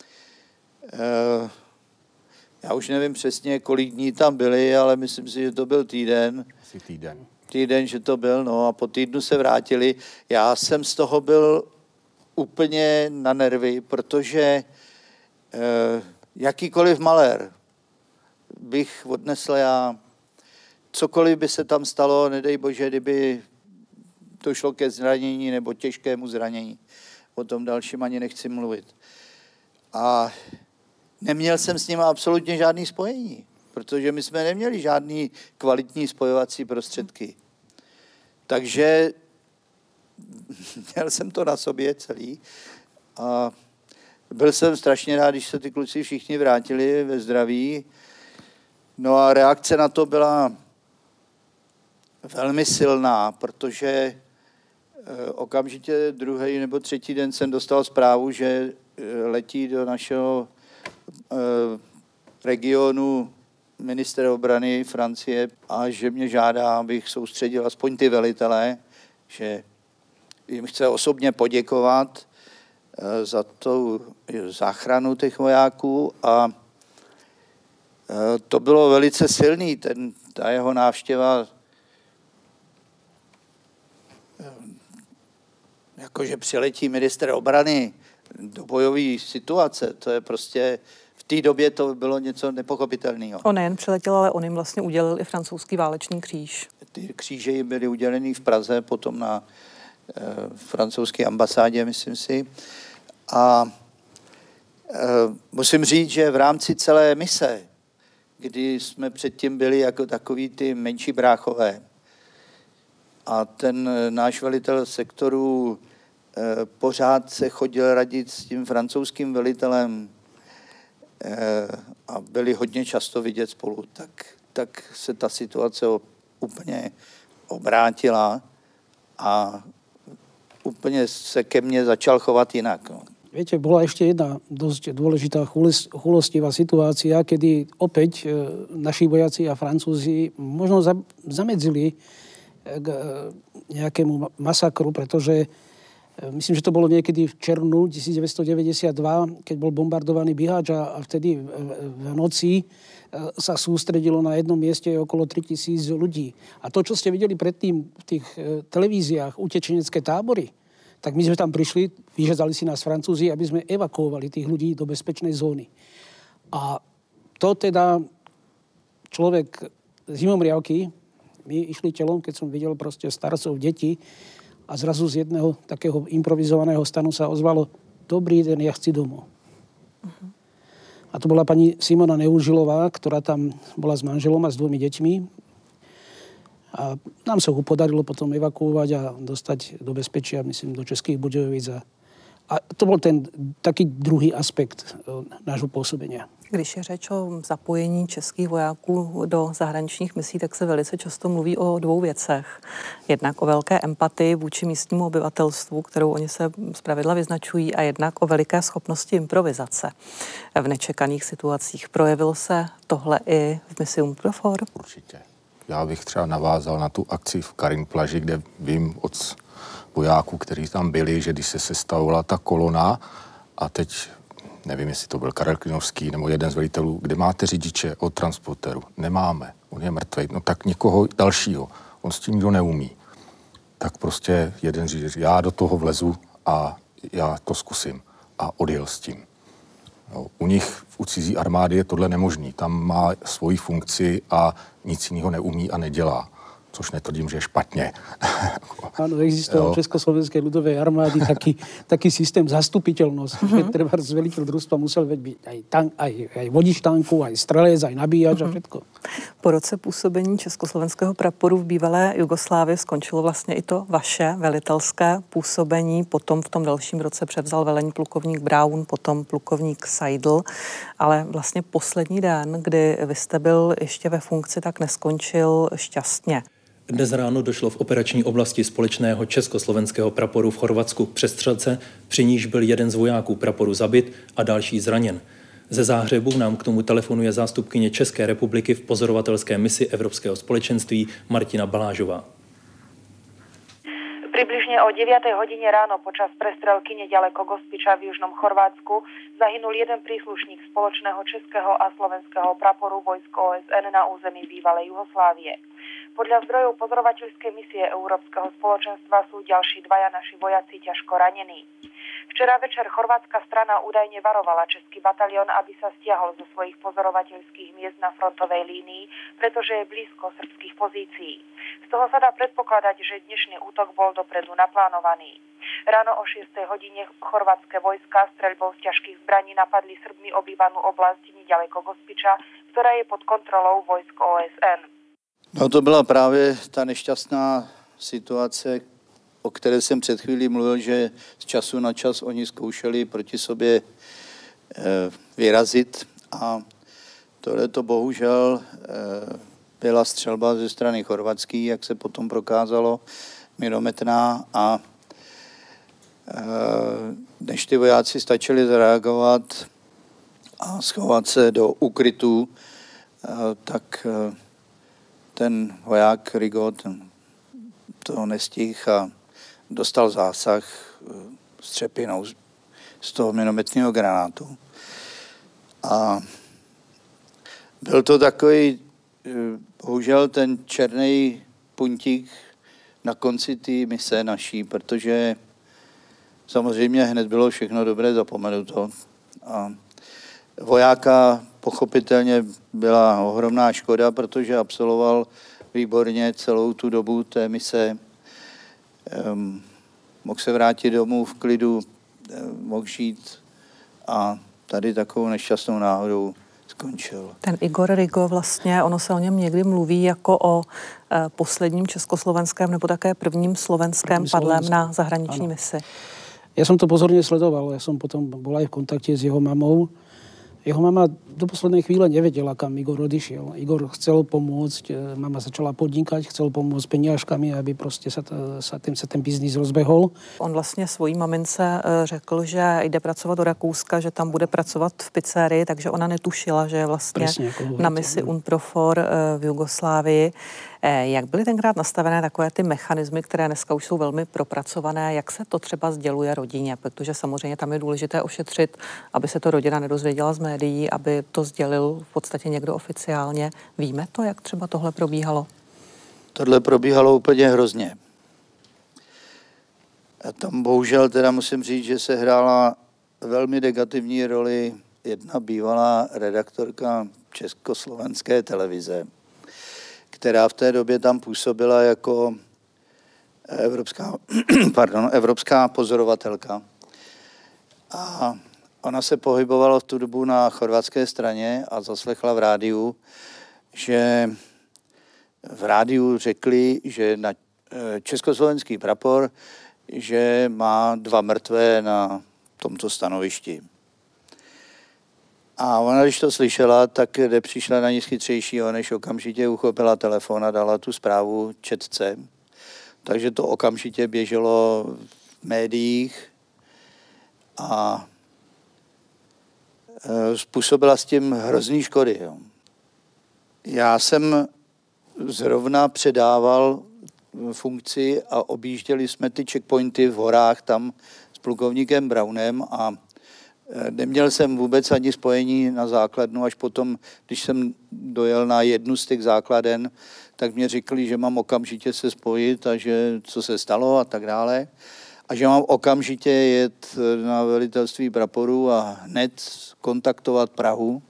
e, já už nevím přesně, kolik dní tam byli, ale myslím si, že to byl týden. Asi týden. Týden, že to byl, no a po týdnu se vrátili. Já jsem z toho byl úplně na nervy, protože e, jakýkoliv malér bych odnesl já, cokoliv by se tam stalo, nedej bože, kdyby došlo ke zranění nebo těžkému zranění. O tom dalším ani nechci mluvit. A neměl jsem s nimi absolutně žádný spojení, protože my jsme neměli žádný kvalitní spojovací prostředky. Takže měl jsem to na sobě celý a byl jsem strašně rád, když se ty kluci všichni vrátili ve zdraví. No a reakce na to byla velmi silná, protože okamžitě druhý nebo třetí den jsem dostal zprávu, že letí do našeho regionu ministr obrany Francie a že mě žádá, abych soustředil aspoň ty velitele, že jim chce osobně poděkovat za tu záchranu těch vojáků a to bylo velice silný, ten, ta jeho návštěva, jakože přiletí ministr obrany do bojové situace, to je prostě, v té době to bylo něco nepochopitelného. On nejen přiletěl, ale on jim vlastně udělil i francouzský válečný kříž. Ty kříže jim byly udělený v Praze, potom na e, francouzské ambasádě, myslím si. A e, musím říct, že v rámci celé mise, kdy jsme předtím byli jako takový ty menší bráchové, a ten náš velitel sektoru eh, pořád se chodil radit s tím francouzským velitelem eh, a byli hodně často vidět spolu, tak, tak se ta situace úplně obrátila a úplně se ke mně začal chovat jinak. No. Viete, bola ešte jedna dosť dôležitá chulostivá situácia, kedy opäť e, naši vojaci a Francúzi možno za, zamedzili k nejakému masakru, pretože myslím, že to bolo niekedy v červnu devätnásťstodeväťdesiatdva, keď bol bombardovaný Bihač a, a vtedy v, v noci sa sústredilo na jednom mieste okolo tritisíc ľudí. A to, čo ste videli predtým v tých televíziách, utečenecké tábory, tak my sme tam prišli, vyžiadali si nás Francúzi, aby sme evakuovali tých ľudí do bezpečnej zóny. A to teda človek zimomriavky, my išli telom, keď som videl proste starcov, deti a zrazu z jedného takého improvizovaného stanu sa ozvalo: dobrý den, ja chci domov. Uh-huh. A to bola pani Simona Neužilová, ktorá tam bola s manželom a s dvomi deťmi. A nám sa ho podarilo potom evakuovať a dostať do bezpečia, myslím, do Českých Budějovic. A, a to bol ten taký druhý aspekt nášho pôsobenia. Když je řeč o zapojení českých vojáků do zahraničních misí, tak se velice často mluví o dvou věcech. Jednak o velké empatii vůči místnímu obyvatelstvu, kterou oni se zpravidla vyznačují, a jednak o veliké schopnosti improvizace v nečekaných situacích. Projevilo se tohle i v misi UNPROFOR? Určitě. Já bych třeba navázal na tu akci v Karin-Plaži, kde vím od vojáků, kteří tam byli, že když se sestavovala ta kolona a teď nevím, jestli to byl Karel Klinovský nebo jeden z velitelů, kde máte řidiče od transportéru. Nemáme, on je mrtvý. No tak někoho dalšího, on s tím nikdo neumí. Tak prostě jeden řidič, já do toho vlezu a já to zkusím. A odjel s tím. No, u nich, u cizí armády je tohle nemožný. Tam má svoji funkci a nic jiného neumí a nedělá. Což netvrdím, že je špatně. Áno, existoval v Československej ľudovej armády taký, taký systém zastupiteľnosť. Mm-hmm. Treba veliteľ družstva musel byť aj, tank, aj, aj vodič tanku, aj strelec, aj nabíjač mm-hmm. a všetko. Po roce působení československého praporu v bývalé Jugoslávii skončilo vlastně i to vaše velitelské působení. Potom v tom dalším roce převzal velení plukovník Braun, potom plukovník Seidl. Ale vlastně poslední den, kdy vy jste byl ještě ve funkci, tak neskončil šťastně. Dnes ráno došlo v operační oblasti společného československého praporu v Chorvatsku k přestřelce, při níž byl jeden z vojáků praporu zabit a další zraněn. Ze Záhřebu nám k tomu telefonuje zástupkyně České republiky v pozorovatelské misi Evropského společenství Martina Balážová. Približne o deviatej hodine ráno počas prestrelky nedaleko Gospića v južnom Chorvátsku zahynul jeden príslušník spoločného českého a slovenského praporu vojsk O S N na území bývalej Juhoslávie. Podľa zdrojov pozorovateľskej misie Európskeho spoločenstva sú ďalší dvaja naši vojaci ťažko ranení. Včera večer chorvátska strana údajne varovala český batalión, aby sa stiahol zo svojich pozorovateľských miest na frontovej línii, pretože je blízko srbských pozícií. Z toho sa dá predpokladať, že dnešný útok bol dopredu naplánovaný. Ráno o šiestej hodine chorvátske vojska streľbou z ťažkých zbraní napadli Srbmi obývanú oblasť nedaleko Gospića, ktorá je pod kontrolou vojsk O S N. No to byla právě ta nešťastná situace, o které jsem před chvílí mluvil, že z času na čas oni zkoušeli proti sobě vyrazit a tohle to bohužel byla střelba ze strany chorvatský, jak se potom prokázalo, minometná a než ty vojáci stačili zareagovat a schovat se do ukrytů, tak ten voják Rigo to nestihl a dostal zásah střepinou z toho minometného granátu. A byl to takový, bohužel ten černý puntík na konci té mise naší, protože samozřejmě hned bylo všechno dobré zapomenuto. A vojáka pochopitelně byla ohromná škoda, protože absolvoval výborně celou tu dobu té mise. Um, mohl se vrátit domů v klidu, mohl žít a tady takovou nešťastnou náhodou skončil. Ten Igor Rigo vlastně, ono se o něm někdy mluví jako o e, posledním československém nebo také prvním slovenském První padlém slovenském. Na zahraniční ano. misi. Ja som to pozorne sledoval, ja som potom bol aj v kontakte s jeho mamou. Jeho mama do poslednej chvíle nevedela, kam Igor odišiel. Igor chcel pomôcť, mama začala podnikať, chcel pomôcť peniažkami, aby prostě sa, to, sa, tým, sa ten biznis rozbehol. On vlastně svojí mamince řekl, že jde pracovat do Rakouska, že tam bude pracovat v pizzerii, takže ona netušila, že je vlastně Presne, na misi UNPROFOR v Jugoslávii. Jak byly tenkrát nastavené takové ty mechanismy, které dneska už jsou velmi propracované? Jak se to třeba sděluje rodině? Protože samozřejmě tam je důležité ošetřit, aby se to rodina nedozvěděla z médií, aby to sdělil v podstatě někdo oficiálně. Víme to, jak třeba tohle probíhalo? Tohle probíhalo úplně hrozně. A tam bohužel teda musím říct, že se hrála velmi negativní roli jedna bývalá redaktorka Československé televize, která v té době tam působila jako evropská, pardon, evropská pozorovatelka. A ona se pohybovala v tu dobu na chorvatské straně a zaslechla v rádiu, že v rádiu řekli, že na československý prapor, že má dva mrtvé na tomto stanovišti. A ona, když to slyšela, tak nepřišla na nic chytřejšího, než okamžitě uchopila telefon a dala tu zprávu četce. Takže to okamžitě běželo v médiích a způsobila s tím hrozný škody. Jo. Já jsem zrovna předával funkci a objížděli jsme ty checkpointy v horách tam s plukovníkem Brownem a neměl jsem vůbec ani spojení na základnu, až potom, když jsem dojel na jednu z těch základen, tak mě řekli, že mám okamžitě se spojit a že co se stalo a tak dále. A že mám okamžitě jet na velitelství praporu a hned kontaktovat Prahu,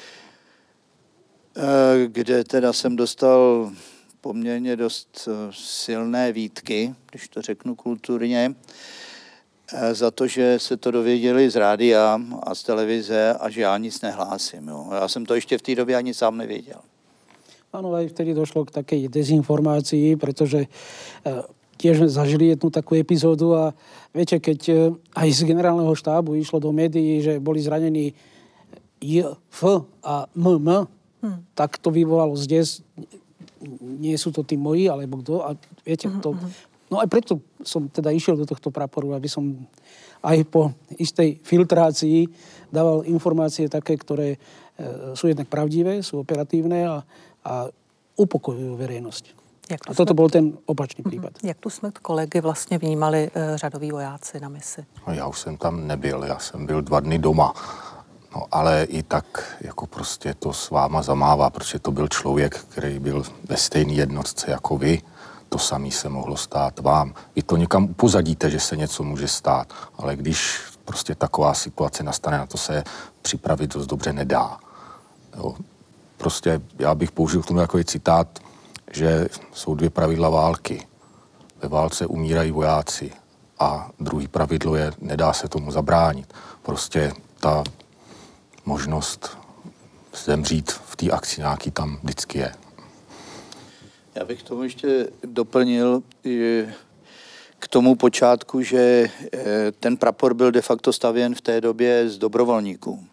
kde teda jsem dostal poměrně dost silné výtky, když to řeknu kulturně, za to, že se to dověděli z rádia a z televize a že já nic nehlásím. Jo. Já jsem to ještě v té době ani sám nevěděl. Áno, aj vtedy došlo k takej dezinformácii, pretože tiež zažili jednu takú epizódu a viete, keď aj z generálneho štábu išlo do médií, že boli zranení J, F a M, M, hmm. tak to vyvolalo zdes nie sú to tí moji, alebo kto. A viete, to... No aj preto som teda išiel do tohto praporu, aby som aj po istej filtrácii dával informácie také, ktoré sú jednak pravdivé, sú operatívne a, a upokojujú verejnosť. A toto byl ten opačný případ. Jak tu jsme kolegy vlastně vnímali uh, řadoví vojáci na misi? No, já už jsem tam nebyl, já jsem byl dva dny doma. No, ale i tak jako prostě to s váma zamává, protože to byl člověk, který byl ve stejné jednotce jako vy. To samé se mohlo stát vám. Vy to někam upozadíte, že se něco může stát, ale když prostě taková situace nastane, na to se připravit dost dobře nedá. Jo. Prostě já bych použil k tomu takový citát, že jsou dvě pravidla války. Ve válce umírají vojáci a druhý pravidlo je, nedá se tomu zabránit. Prostě ta možnost zemřít v té akci nějaký tam vždycky je. Já bych tomu ještě doplnil k tomu počátku, že ten prapor byl de facto stavěn v té době z dobrovolníků.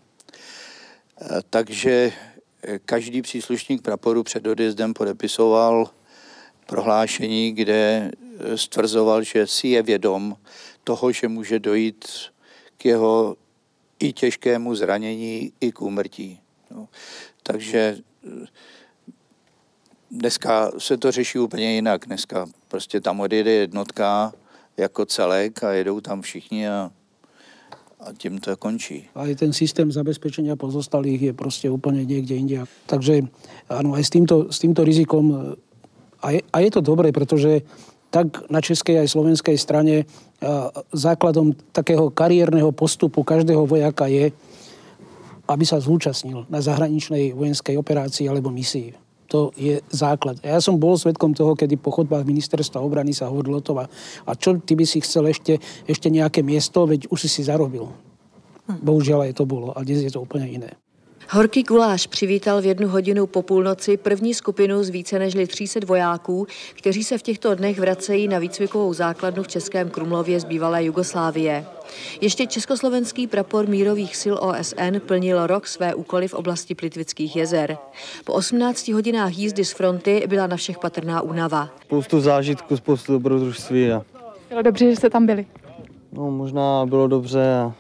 Takže každý příslušník praporu před odjezdem podepisoval prohlášení, kde stvrzoval, že si je vědom toho, že může dojít k jeho i těžkému zranění, i k úmrtí. No, takže dneska se to řeší úplně jinak. Dneska prostě tam odjede jednotka jako celek a jedou tam všichni a a tím to končí. A ten systém zabezpečenia pozostalých je prostě úplně někde jinde. Takže áno, aj s týmto, s týmto rizikom a je, a je to dobré, protože tak na českej aj slovenskej strane základom takého kariérneho postupu každého vojaka je, aby sa zúčastnil na zahraničnej vojenskej operácii alebo misii. To je základ. Ja som bol svedkom toho, kedy po chodbách ministerstva obrany sa hovorilo to, a čo ty by si chcel ešte, ešte nejaké miesto, veď už si si zarobil. Bohužiaľ aj to bolo, a dnes je to úplne iné. Horký guláš přivítal v jednu hodinu po půlnoci první skupinu z více než tři sta vojáků, kteří se v těchto dnech vracejí na výcvikovou základnu v Českém Krumlově z bývalé Jugoslávie. Ještě československý prapor mírových sil O S N plnil rok své úkoly v oblasti Plitvických jezer. Po osmnácti hodinách jízdy z fronty byla na všech patrná únava. Spoustu zážitků, spoustu dobrodružství. A... Bylo dobře, že jste tam byli? No, možná bylo dobře a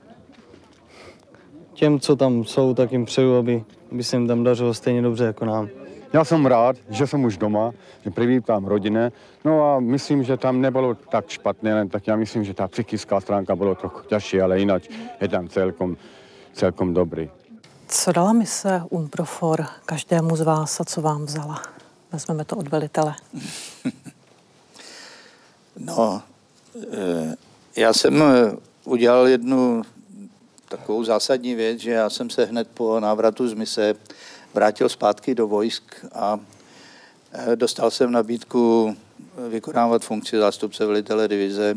těm, co tam jsou, tak jim přeju, aby, aby se jim tam dařilo stejně dobře jako nám. Já jsem rád, že jsem už doma, že privítám rodinu. No a myslím, že tam nebylo tak špatné, len tak já myslím, že ta psychická stránka byla trochu těžší, ale jinak je tam celkom, celkom dobrý. Co dala mise UNPROFOR každému z vás a co vám vzala? Vezmeme to od velitele. No, já jsem udělal jednu takovou zásadní věc, že já jsem se hned po návratu z mise vrátil zpátky do vojsk a dostal jsem nabídku vykonávat funkci zástupce velitele divize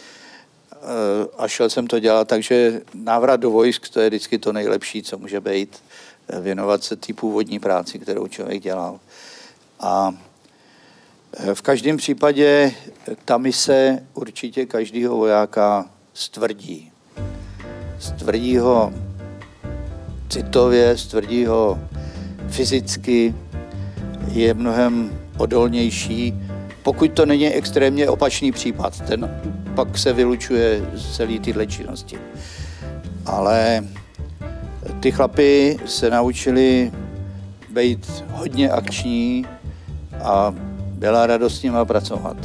a šel jsem to dělat, takže návrat do vojsk, to je vždycky to nejlepší, co může být, věnovat se té původní práci, kterou člověk dělal. A v každém případě ta mise určitě každého vojáka stvrdí. Stvrdí ho citově, stvrdí ho fyzicky, je mnohem odolnější. Pokud to není extrémně opačný případ, ten pak se vylučuje z celé tyhle činnosti. Ale ty chlapi se naučili být hodně akční a byla radost s nima pracovat.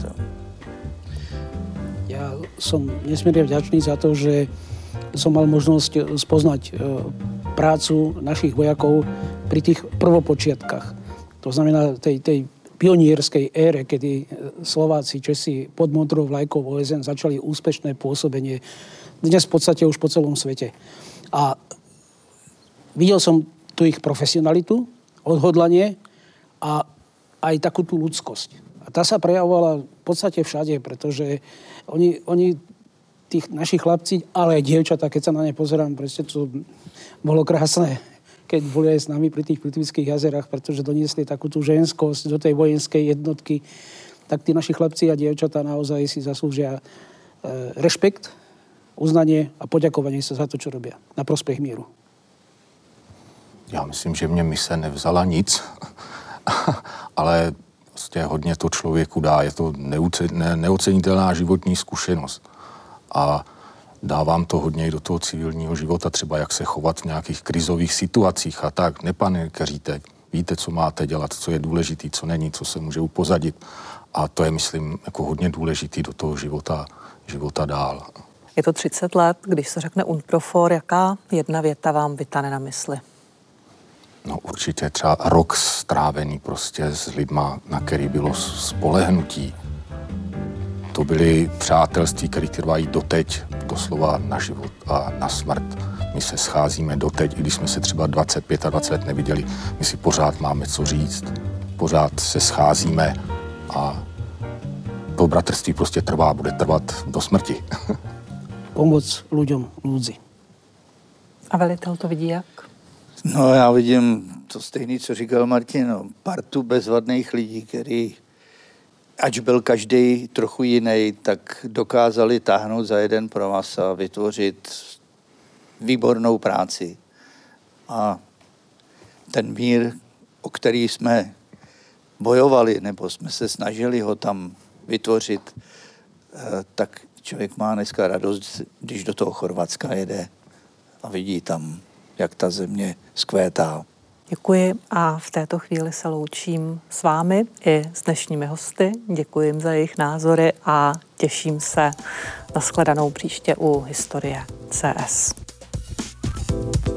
Ja som nesmierne vďačný za to, že som mal možnosť spoznať prácu našich vojakov pri tých prvopočiatkách. To znamená tej, tej pionierskej ére, kedy Slováci, Česi pod modrou vlajkou O S N začali úspešné pôsobenie dnes v podstate už po celom svete. A videl som tu ich profesionalitu, odhodlanie a aj takú tú ľudskosť. A tá sa prejavovala v podstate všade, pretože oni, oni tých našich chlapci, ale aj dievčatá, keď sa na ne pozerám, proste to bolo krásne, keď boli aj s nami pri tých Plitvických jazerách, pretože doniesli takú tú ženskosť do tej vojenskej jednotky, tak tí naši chlapci a dievčatá naozaj si zaslúžia e, rešpekt, uznanie a poďakovanie sa za to, čo robia na prospech míru. Já myslím, že mě mise nevzala nic, ale Prostě hodně to člověku dá, je to neocenitelná životní zkušenost. A dávám to hodně i do toho civilního života, třeba jak se chovat v nějakých krizových situacích a tak. Nepanikaříte, víte, co máte dělat, co je důležitý, co není, co se může upozadit. A to je, myslím, jako hodně důležitý do toho života, života dál. Je to třicet let, když se řekne UNPROFOR, jaká jedna věta vám vytane na mysli? No určitě třeba rok strávený prostě s lidma, na který bylo spolehnutí. To byly přátelství, které trvají doteď, doslova na život a na smrt. My se scházíme doteď, i když jsme se třeba dvacet pět a dvacet let neviděli, my si pořád máme co říct, pořád se scházíme a to bratrství prostě trvá, bude trvat do smrti. Pomoc ľuďom, ľudzi. A velitel to vidí jak? No já vidím to stejné, co říkal Martin, no, partu bezvadných lidí, který, ač byl každý trochu jiný, tak dokázali táhnout za jeden provaz a vytvořit výbornou práci. A ten mír, o který jsme bojovali, nebo jsme se snažili ho tam vytvořit, tak člověk má dneska radost, když do toho Chorvatska jede a vidí tam, jak ta země zkvétá. Děkuji a v této chvíli se loučím s vámi i s dnešními hosty. Děkuji jim za jejich názory a těším se na shledanou příště u Historie C S.